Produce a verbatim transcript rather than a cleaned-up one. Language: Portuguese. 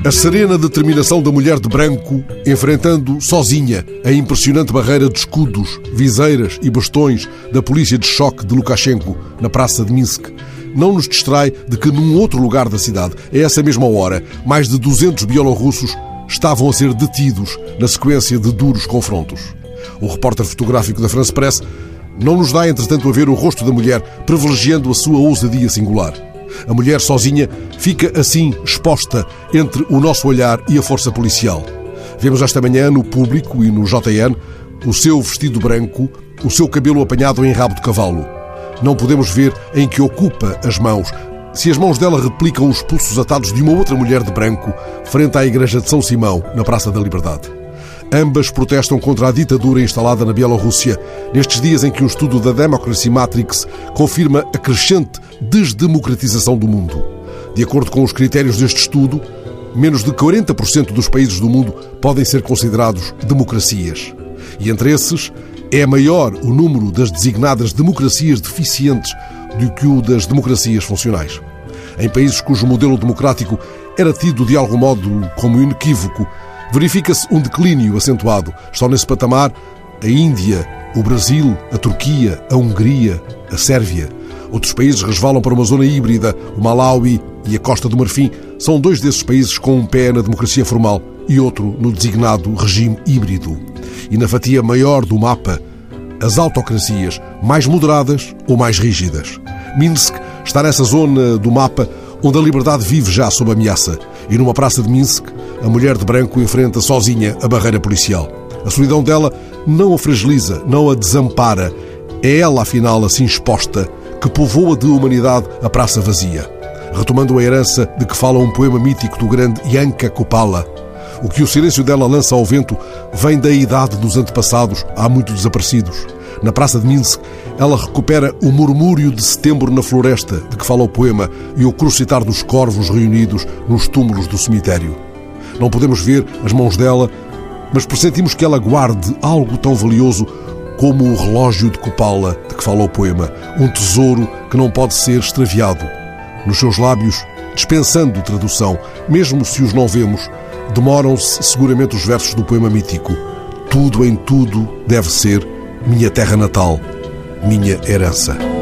A serena determinação da mulher de branco, enfrentando sozinha a impressionante barreira de escudos, viseiras e bastões da polícia de choque de Lukashenko na praça de Minsk, não nos distrai de que num outro lugar da cidade, a essa mesma hora, mais de duzentos bielorrussos estavam a ser detidos na sequência de duros confrontos. O repórter fotográfico da France Press não nos dá, entretanto, a ver o rosto da mulher, privilegiando a sua ousadia singular. A mulher sozinha fica assim exposta entre o nosso olhar e a força policial. Vemos esta manhã no Público e no J N o seu vestido branco, o seu cabelo apanhado em rabo de cavalo. Não podemos ver em que ocupa as mãos, se as mãos dela replicam os pulsos atados de uma outra mulher de branco frente à igreja de São Simão, na Praça da Liberdade. Ambas protestam contra a ditadura instalada na Bielorrússia, nestes dias em que um estudo da Democracy Matrix confirma a crescente desdemocratização do mundo. De acordo com os critérios deste estudo, menos de quarenta por cento dos países do mundo podem ser considerados democracias. E entre esses, é maior o número das designadas democracias deficientes do que o das democracias funcionais. Em países cujo modelo democrático era tido de algum modo como inequívoco, verifica-se um declínio acentuado. Estão nesse patamar a Índia, o Brasil, a Turquia, a Hungria, a Sérvia. Outros países resvalam para uma zona híbrida. O Malawi e a Costa do Marfim são dois desses países com um pé na democracia formal e outro no designado regime híbrido. E na fatia maior do mapa, as autocracias mais moderadas ou mais rígidas. Minsk está nessa zona do mapa onde a liberdade vive já sob ameaça. E numa praça de Minsk, a mulher de branco enfrenta sozinha a barreira policial. A solidão dela não a fragiliza, não a desampara. É ela, afinal, assim exposta, que povoa de humanidade a praça vazia. Retomando a herança de que fala um poema mítico do grande Yanka Kupala, o que o silêncio dela lança ao vento vem da idade dos antepassados, há muito desaparecidos. Na praça de Minsk, ela recupera o murmúrio de setembro na floresta, de que fala o poema, e o crucitar dos corvos reunidos nos túmulos do cemitério. Não podemos ver as mãos dela, mas pressentimos que ela guarde algo tão valioso como o relógio de Kupala, de que fala o poema, um tesouro que não pode ser extraviado. Nos seus lábios, dispensando tradução, mesmo se os não vemos, demoram-se seguramente os versos do poema mítico. Tudo em tudo deve ser minha terra natal, minha herança.